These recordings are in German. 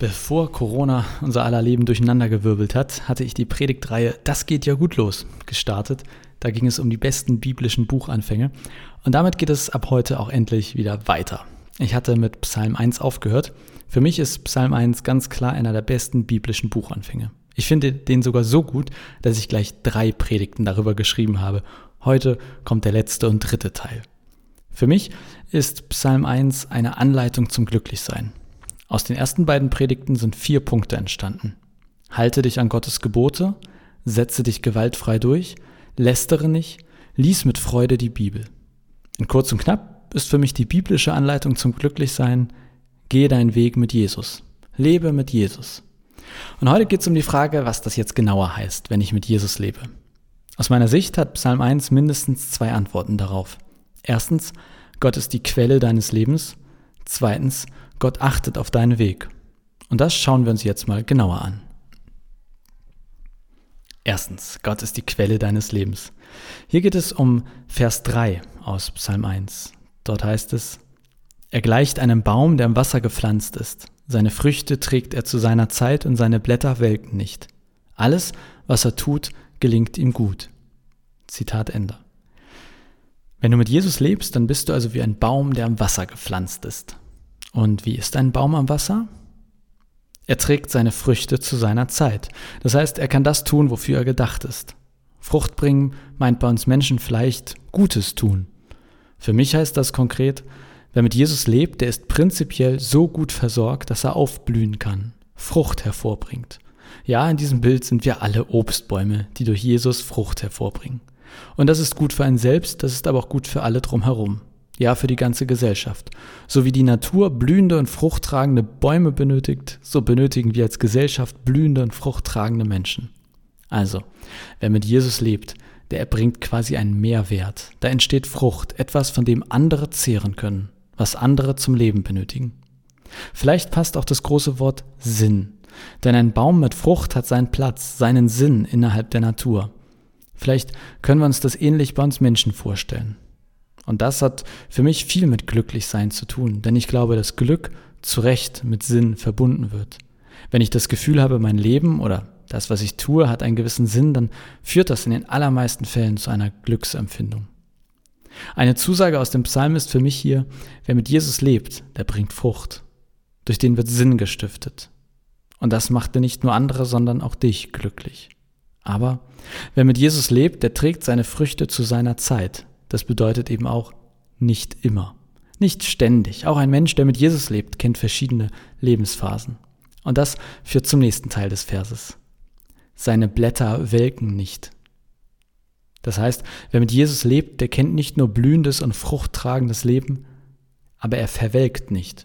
Bevor Corona unser aller Leben durcheinandergewirbelt hat, hatte ich die Predigtreihe "Das geht ja gut los" gestartet. Da ging es um die besten biblischen Buchanfänge. Und damit geht es ab heute auch endlich wieder weiter. Ich hatte mit Psalm 1 aufgehört. Für mich ist Psalm 1 ganz klar einer der besten biblischen Buchanfänge. Ich finde den sogar so gut, dass ich gleich 3 Predigten darüber geschrieben habe. Heute kommt der letzte und dritte Teil. Für mich ist Psalm 1 eine Anleitung zum Glücklichsein. Aus den ersten beiden Predigten sind 4 Punkte entstanden. Halte dich an Gottes Gebote, setze dich gewaltfrei durch, lästere nicht, lies mit Freude die Bibel. In kurz und knapp ist für mich die biblische Anleitung zum Glücklichsein: Gehe deinen Weg mit Jesus, lebe mit Jesus. Und heute geht es um die Frage, was das jetzt genauer heißt, wenn ich mit Jesus lebe. Aus meiner Sicht hat Psalm 1 mindestens 2 Antworten darauf. Erstens, Gott ist die Quelle deines Lebens. Zweitens, Gott achtet auf deinen Weg. Und das schauen wir uns jetzt mal genauer an. Erstens, Gott ist die Quelle deines Lebens. Hier geht es um Vers 3 aus Psalm 1. Dort heißt es: Er gleicht einem Baum, der im Wasser gepflanzt ist. Seine Früchte trägt er zu seiner Zeit und seine Blätter welken nicht. Alles, was er tut, gelingt ihm gut. Zitat Ende. Wenn du mit Jesus lebst, dann bist du also wie ein Baum, der am Wasser gepflanzt ist. Und wie ist ein Baum am Wasser? Er trägt seine Früchte zu seiner Zeit. Das heißt, er kann das tun, wofür er gedacht ist. Frucht bringen meint bei uns Menschen vielleicht Gutes tun. Für mich heißt das konkret: Wer mit Jesus lebt, der ist prinzipiell so gut versorgt, dass er aufblühen kann, Frucht hervorbringt. Ja, in diesem Bild sind wir alle Obstbäume, die durch Jesus Frucht hervorbringen. Und das ist gut für einen selbst, das ist aber auch gut für alle drumherum. Ja, für die ganze Gesellschaft. So wie die Natur blühende und fruchttragende Bäume benötigt, so benötigen wir als Gesellschaft blühende und fruchttragende Menschen. Also, wer mit Jesus lebt, der erbringt quasi einen Mehrwert. Da entsteht Frucht, etwas, von dem andere zehren können, was andere zum Leben benötigen. Vielleicht passt auch das große Wort Sinn. Denn ein Baum mit Frucht hat seinen Platz, seinen Sinn innerhalb der Natur. Vielleicht können wir uns das ähnlich bei uns Menschen vorstellen. Und das hat für mich viel mit Glücklichsein zu tun, denn ich glaube, dass Glück zu Recht mit Sinn verbunden wird. Wenn ich das Gefühl habe, mein Leben oder das, was ich tue, hat einen gewissen Sinn, dann führt das in den allermeisten Fällen zu einer Glücksempfindung. Eine Zusage aus dem Psalm ist für mich hier: Wer mit Jesus lebt, der bringt Frucht. Durch den wird Sinn gestiftet. Und das machte nicht nur andere, sondern auch dich glücklich. Aber wer mit Jesus lebt, der trägt seine Früchte zu seiner Zeit. Das bedeutet eben auch nicht immer, nicht ständig. Auch ein Mensch, der mit Jesus lebt, kennt verschiedene Lebensphasen. Und das führt zum nächsten Teil des Verses. Seine Blätter welken nicht. Das heißt, wer mit Jesus lebt, der kennt nicht nur blühendes und fruchttragendes Leben, aber er verwelkt nicht.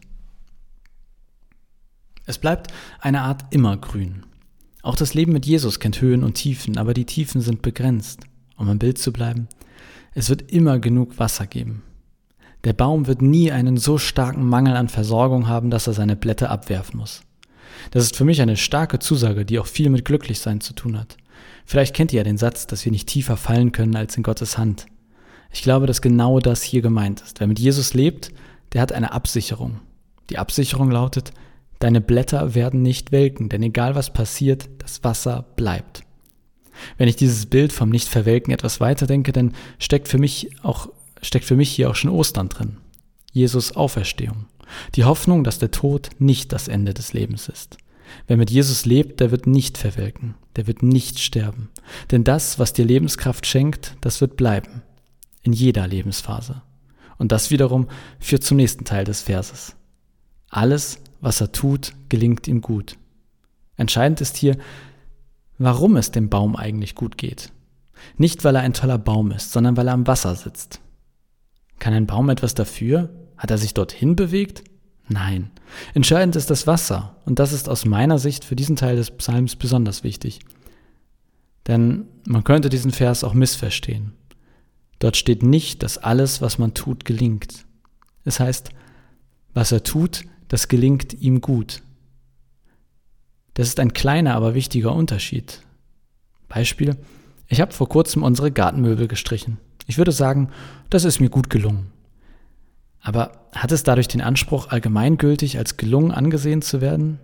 Es bleibt eine Art Immergrün. Auch das Leben mit Jesus kennt Höhen und Tiefen, aber die Tiefen sind begrenzt. Um im Bild zu bleiben: Es wird immer genug Wasser geben. Der Baum wird nie einen so starken Mangel an Versorgung haben, dass er seine Blätter abwerfen muss. Das ist für mich eine starke Zusage, die auch viel mit Glücklichsein zu tun hat. Vielleicht kennt ihr ja den Satz, dass wir nicht tiefer fallen können als in Gottes Hand. Ich glaube, dass genau das hier gemeint ist. Wer mit Jesus lebt, der hat eine Absicherung. Die Absicherung lautet: Deine Blätter werden nicht welken, denn egal was passiert, das Wasser bleibt. Wenn ich dieses Bild vom Nicht-Verwelken etwas weiterdenke, dann steckt für mich hier auch schon Ostern drin. Jesus' Auferstehung. Die Hoffnung, dass der Tod nicht das Ende des Lebens ist. Wer mit Jesus lebt, der wird nicht verwelken, der wird nicht sterben. Denn das, was dir Lebenskraft schenkt, das wird bleiben. In jeder Lebensphase. Und das wiederum führt zum nächsten Teil des Verses. Alles, was er tut, gelingt ihm gut. Entscheidend ist hier, warum es dem Baum eigentlich gut geht. Nicht, weil er ein toller Baum ist, sondern weil er am Wasser sitzt. Kann ein Baum etwas dafür? Hat er sich dorthin bewegt? Nein. Entscheidend ist das Wasser. Und das ist aus meiner Sicht für diesen Teil des Psalms besonders wichtig. Denn man könnte diesen Vers auch missverstehen. Dort steht nicht, dass alles, was man tut, gelingt. Es heißt, was er tut, das gelingt ihm gut. Das ist ein kleiner, aber wichtiger Unterschied. Beispiel: Ich habe vor kurzem unsere Gartenmöbel gestrichen. Ich würde sagen, das ist mir gut gelungen. Aber hat es dadurch den Anspruch, allgemeingültig als gelungen angesehen zu werden?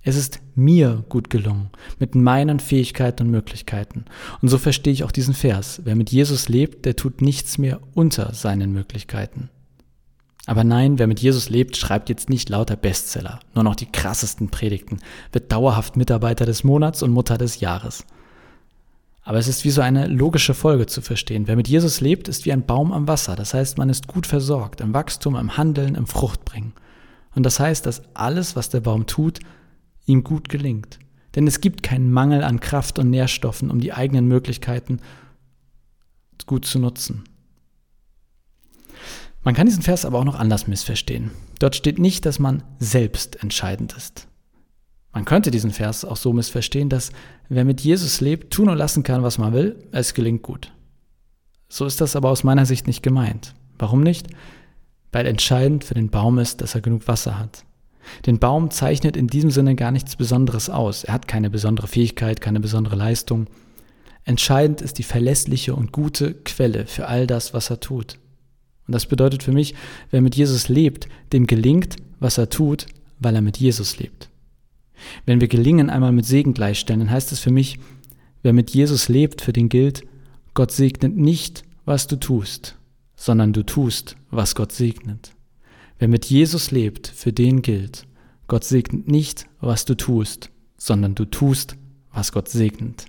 Es ist mir gut gelungen, mit meinen Fähigkeiten und Möglichkeiten. Und so verstehe ich auch diesen Vers. Wer mit Jesus lebt, der tut nichts mehr unter seinen Möglichkeiten. Aber nein, wer mit Jesus lebt, schreibt jetzt nicht lauter Bestseller, nur noch die krassesten Predigten, wird dauerhaft Mitarbeiter des Monats und Mutter des Jahres. Aber es ist wie so eine logische Folge zu verstehen. Wer mit Jesus lebt, ist wie ein Baum am Wasser. Das heißt, man ist gut versorgt im Wachstum, im Handeln, im Fruchtbringen. Und das heißt, dass alles, was der Baum tut, ihm gut gelingt. Denn es gibt keinen Mangel an Kraft und Nährstoffen, um die eigenen Möglichkeiten gut zu nutzen. Man kann diesen Vers aber auch noch anders missverstehen. Dort steht nicht, dass man selbst entscheidend ist. Man könnte diesen Vers auch so missverstehen, dass wer mit Jesus lebt, tun und lassen kann, was man will, es gelingt gut. So ist das aber aus meiner Sicht nicht gemeint. Warum nicht? Weil entscheidend für den Baum ist, dass er genug Wasser hat. Den Baum zeichnet in diesem Sinne gar nichts Besonderes aus. Er hat keine besondere Fähigkeit, keine besondere Leistung. Entscheidend ist die verlässliche und gute Quelle für all das, was er tut. Und das bedeutet für mich, wer mit Jesus lebt, dem gelingt, was er tut, weil er mit Jesus lebt. Wenn wir Gelingen einmal mit Segen gleichstellen, dann heißt es für mich, wer mit Jesus lebt, für den gilt, Gott segnet nicht, was du tust, sondern du tust, was Gott segnet. Wer mit Jesus lebt, für den gilt, Gott segnet nicht, was du tust, sondern du tust, was Gott segnet.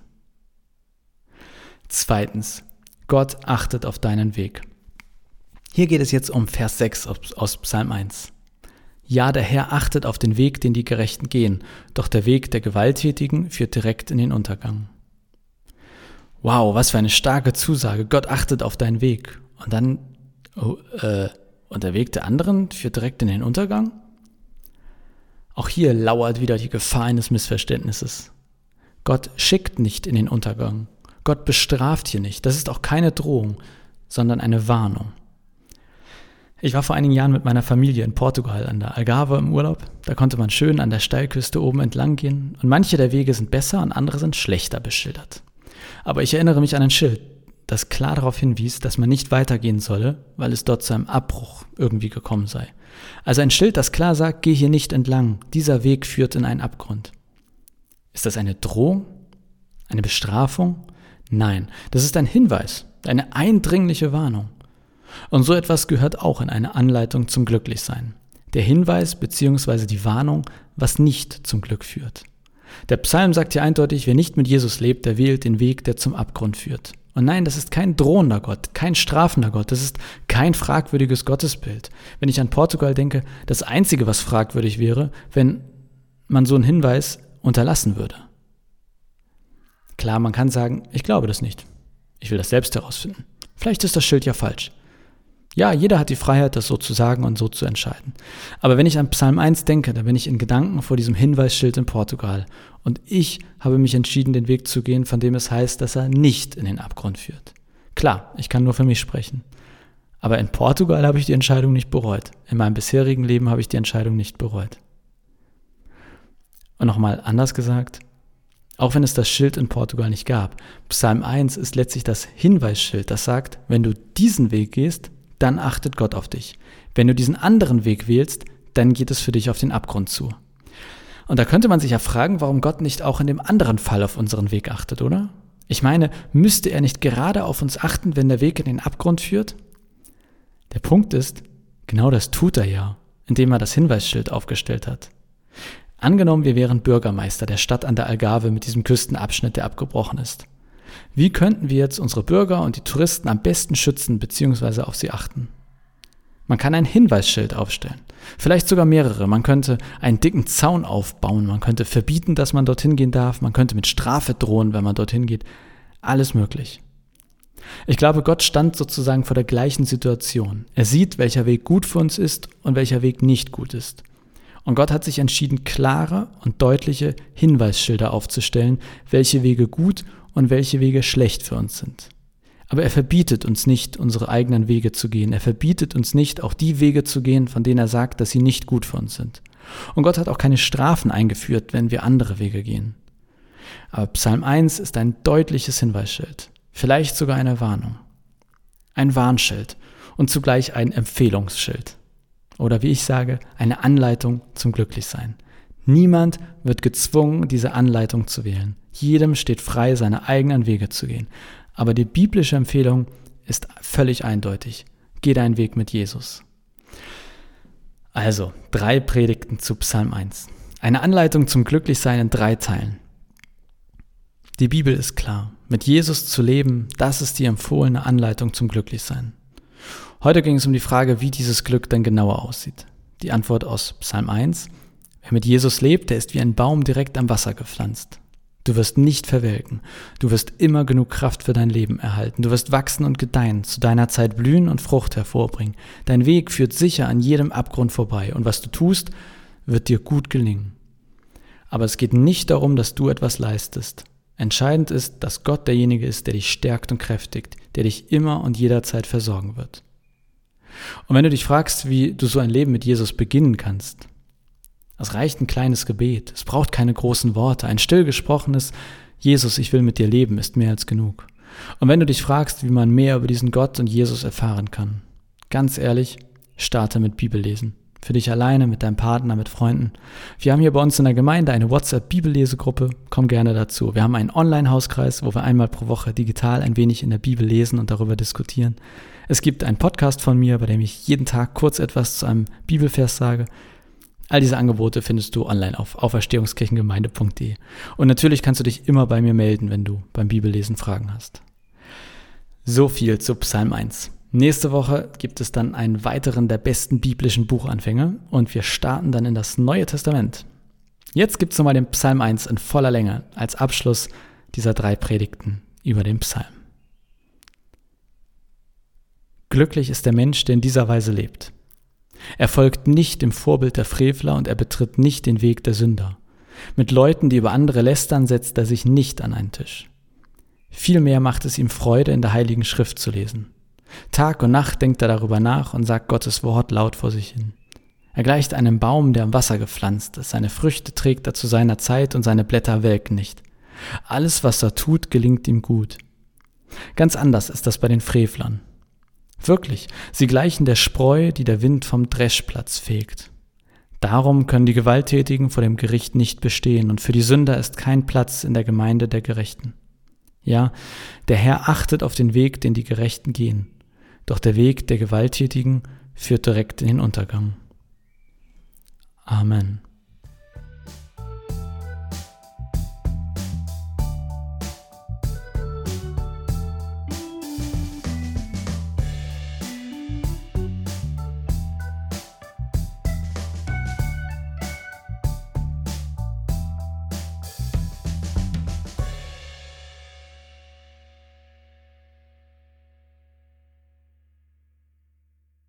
Zweitens, Gott achtet auf deinen Weg. Hier geht es jetzt um Vers 6 aus Psalm 1. Ja, der Herr achtet auf den Weg, den die Gerechten gehen, doch der Weg der Gewalttätigen führt direkt in den Untergang. Wow, was für eine starke Zusage. Gott achtet auf deinen Weg. Und dann, und der Weg der anderen führt direkt in den Untergang? Auch hier lauert wieder die Gefahr eines Missverständnisses. Gott schickt nicht in den Untergang. Gott bestraft hier nicht. Das ist auch keine Drohung, sondern eine Warnung. Ich war vor einigen Jahren mit meiner Familie in Portugal an der Algarve im Urlaub. Da konnte man schön an der Steilküste oben entlang gehen und manche der Wege sind besser und andere sind schlechter beschildert. Aber ich erinnere mich an ein Schild, das klar darauf hinwies, dass man nicht weitergehen solle, weil es dort zu einem Abbruch irgendwie gekommen sei. Also ein Schild, das klar sagt, geh hier nicht entlang, dieser Weg führt in einen Abgrund. Ist das eine Drohung? Eine Bestrafung? Nein, das ist ein Hinweis, eine eindringliche Warnung. Und so etwas gehört auch in eine Anleitung zum Glücklichsein. Der Hinweis bzw. die Warnung, was nicht zum Glück führt. Der Psalm sagt hier eindeutig, wer nicht mit Jesus lebt, der wählt den Weg, der zum Abgrund führt. Und nein, das ist kein drohender Gott, kein strafender Gott, das ist kein fragwürdiges Gottesbild. Wenn ich an Portugal denke, das Einzige, was fragwürdig wäre, wenn man so einen Hinweis unterlassen würde. Klar, man kann sagen, ich glaube das nicht. Ich will das selbst herausfinden. Vielleicht ist das Schild ja falsch. Ja, jeder hat die Freiheit, das so zu sagen und so zu entscheiden. Aber wenn ich an Psalm 1 denke, da bin ich in Gedanken vor diesem Hinweisschild in Portugal. Und ich habe mich entschieden, den Weg zu gehen, von dem es heißt, dass er nicht in den Abgrund führt. Klar, ich kann nur für mich sprechen. Aber in Portugal habe ich die Entscheidung nicht bereut. In meinem bisherigen Leben habe ich die Entscheidung nicht bereut. Und nochmal anders gesagt, auch wenn es das Schild in Portugal nicht gab, Psalm 1 ist letztlich das Hinweisschild, das sagt, wenn du diesen Weg gehst, dann achtet Gott auf dich. Wenn du diesen anderen Weg wählst, dann geht es für dich auf den Abgrund zu. Und da könnte man sich ja fragen, warum Gott nicht auch in dem anderen Fall auf unseren Weg achtet, oder? Ich meine, müsste er nicht gerade auf uns achten, wenn der Weg in den Abgrund führt? Der Punkt ist, genau das tut er ja, indem er das Hinweisschild aufgestellt hat. Angenommen, wir wären Bürgermeister der Stadt an der Algarve mit diesem Küstenabschnitt, der abgebrochen ist. Wie könnten wir jetzt unsere Bürger und die Touristen am besten schützen bzw. auf sie achten? Man kann ein Hinweisschild aufstellen, vielleicht sogar mehrere. Man könnte einen dicken Zaun aufbauen, man könnte verbieten, dass man dorthin gehen darf, man könnte mit Strafe drohen, wenn man dorthin geht. Alles möglich. Ich glaube, Gott stand sozusagen vor der gleichen Situation. Er sieht, welcher Weg gut für uns ist und welcher Weg nicht gut ist. Und Gott hat sich entschieden, klare und deutliche Hinweisschilder aufzustellen, welche Wege gut und welche Wege schlecht für uns sind. Aber er verbietet uns nicht, unsere eigenen Wege zu gehen. Er verbietet uns nicht, auch die Wege zu gehen, von denen er sagt, dass sie nicht gut für uns sind. Und Gott hat auch keine Strafen eingeführt, wenn wir andere Wege gehen. Aber Psalm 1 ist ein deutliches Hinweisschild, vielleicht sogar eine Warnung. Ein Warnschild und zugleich ein Empfehlungsschild. Oder wie ich sage, eine Anleitung zum Glücklichsein. Niemand wird gezwungen, diese Anleitung zu wählen. Jedem steht frei, seine eigenen Wege zu gehen. Aber die biblische Empfehlung ist völlig eindeutig. Geh deinen Weg mit Jesus. Also, 3 Predigten zu Psalm 1. Eine Anleitung zum Glücklichsein in 3 Teilen. Die Bibel ist klar. Mit Jesus zu leben, das ist die empfohlene Anleitung zum Glücklichsein. Heute ging es um die Frage, wie dieses Glück dann genauer aussieht. Die Antwort aus Psalm 1: Wer mit Jesus lebt, der ist wie ein Baum direkt am Wasser gepflanzt. Du wirst nicht verwelken. Du wirst immer genug Kraft für dein Leben erhalten. Du wirst wachsen und gedeihen, zu deiner Zeit blühen und Frucht hervorbringen. Dein Weg führt sicher an jedem Abgrund vorbei. Und was du tust, wird dir gut gelingen. Aber es geht nicht darum, dass du etwas leistest. Entscheidend ist, dass Gott derjenige ist, der dich stärkt und kräftigt, der dich immer und jederzeit versorgen wird. Und wenn du dich fragst, wie du so ein Leben mit Jesus beginnen kannst, es reicht ein kleines Gebet, es braucht keine großen Worte, ein still gesprochenes Jesus, ich will mit dir leben, ist mehr als genug. Und wenn du dich fragst, wie man mehr über diesen Gott und Jesus erfahren kann, ganz ehrlich, starte mit Bibellesen. Für dich alleine, mit deinem Partner, mit Freunden. Wir haben hier bei uns in der Gemeinde eine WhatsApp-Bibellesegruppe. Komm gerne dazu. Wir haben einen Online-Hauskreis, wo wir einmal pro Woche digital ein wenig in der Bibel lesen und darüber diskutieren. Es gibt einen Podcast von mir, bei dem ich jeden Tag kurz etwas zu einem Bibelvers sage. All diese Angebote findest du online auf auferstehungskirchengemeinde.de. Und natürlich kannst du dich immer bei mir melden, wenn du beim Bibellesen Fragen hast. So viel zu Psalm 1. Nächste Woche gibt es dann einen weiteren der besten biblischen Buchanfänge und wir starten dann in das Neue Testament. Jetzt gibt es nochmal den Psalm 1 in voller Länge als Abschluss dieser 3 Predigten über den Psalm. Glücklich ist der Mensch, der in dieser Weise lebt. Er folgt nicht dem Vorbild der Frevler und er betritt nicht den Weg der Sünder. Mit Leuten, die über andere lästern, setzt er sich nicht an einen Tisch. Vielmehr macht es ihm Freude, in der Heiligen Schrift zu lesen. Tag und Nacht denkt er darüber nach und sagt Gottes Wort laut vor sich hin. Er gleicht einem Baum, der am Wasser gepflanzt ist. Seine Früchte trägt er zu seiner Zeit und seine Blätter welken nicht. Alles, was er tut, gelingt ihm gut. Ganz anders ist das bei den Frevlern. Wirklich, sie gleichen der Spreu, die der Wind vom Dreschplatz fegt. Darum können die Gewalttätigen vor dem Gericht nicht bestehen und für die Sünder ist kein Platz in der Gemeinde der Gerechten. Ja, der Herr achtet auf den Weg, den die Gerechten gehen. Doch der Weg der Gewalttätigen führt direkt in den Untergang. Amen.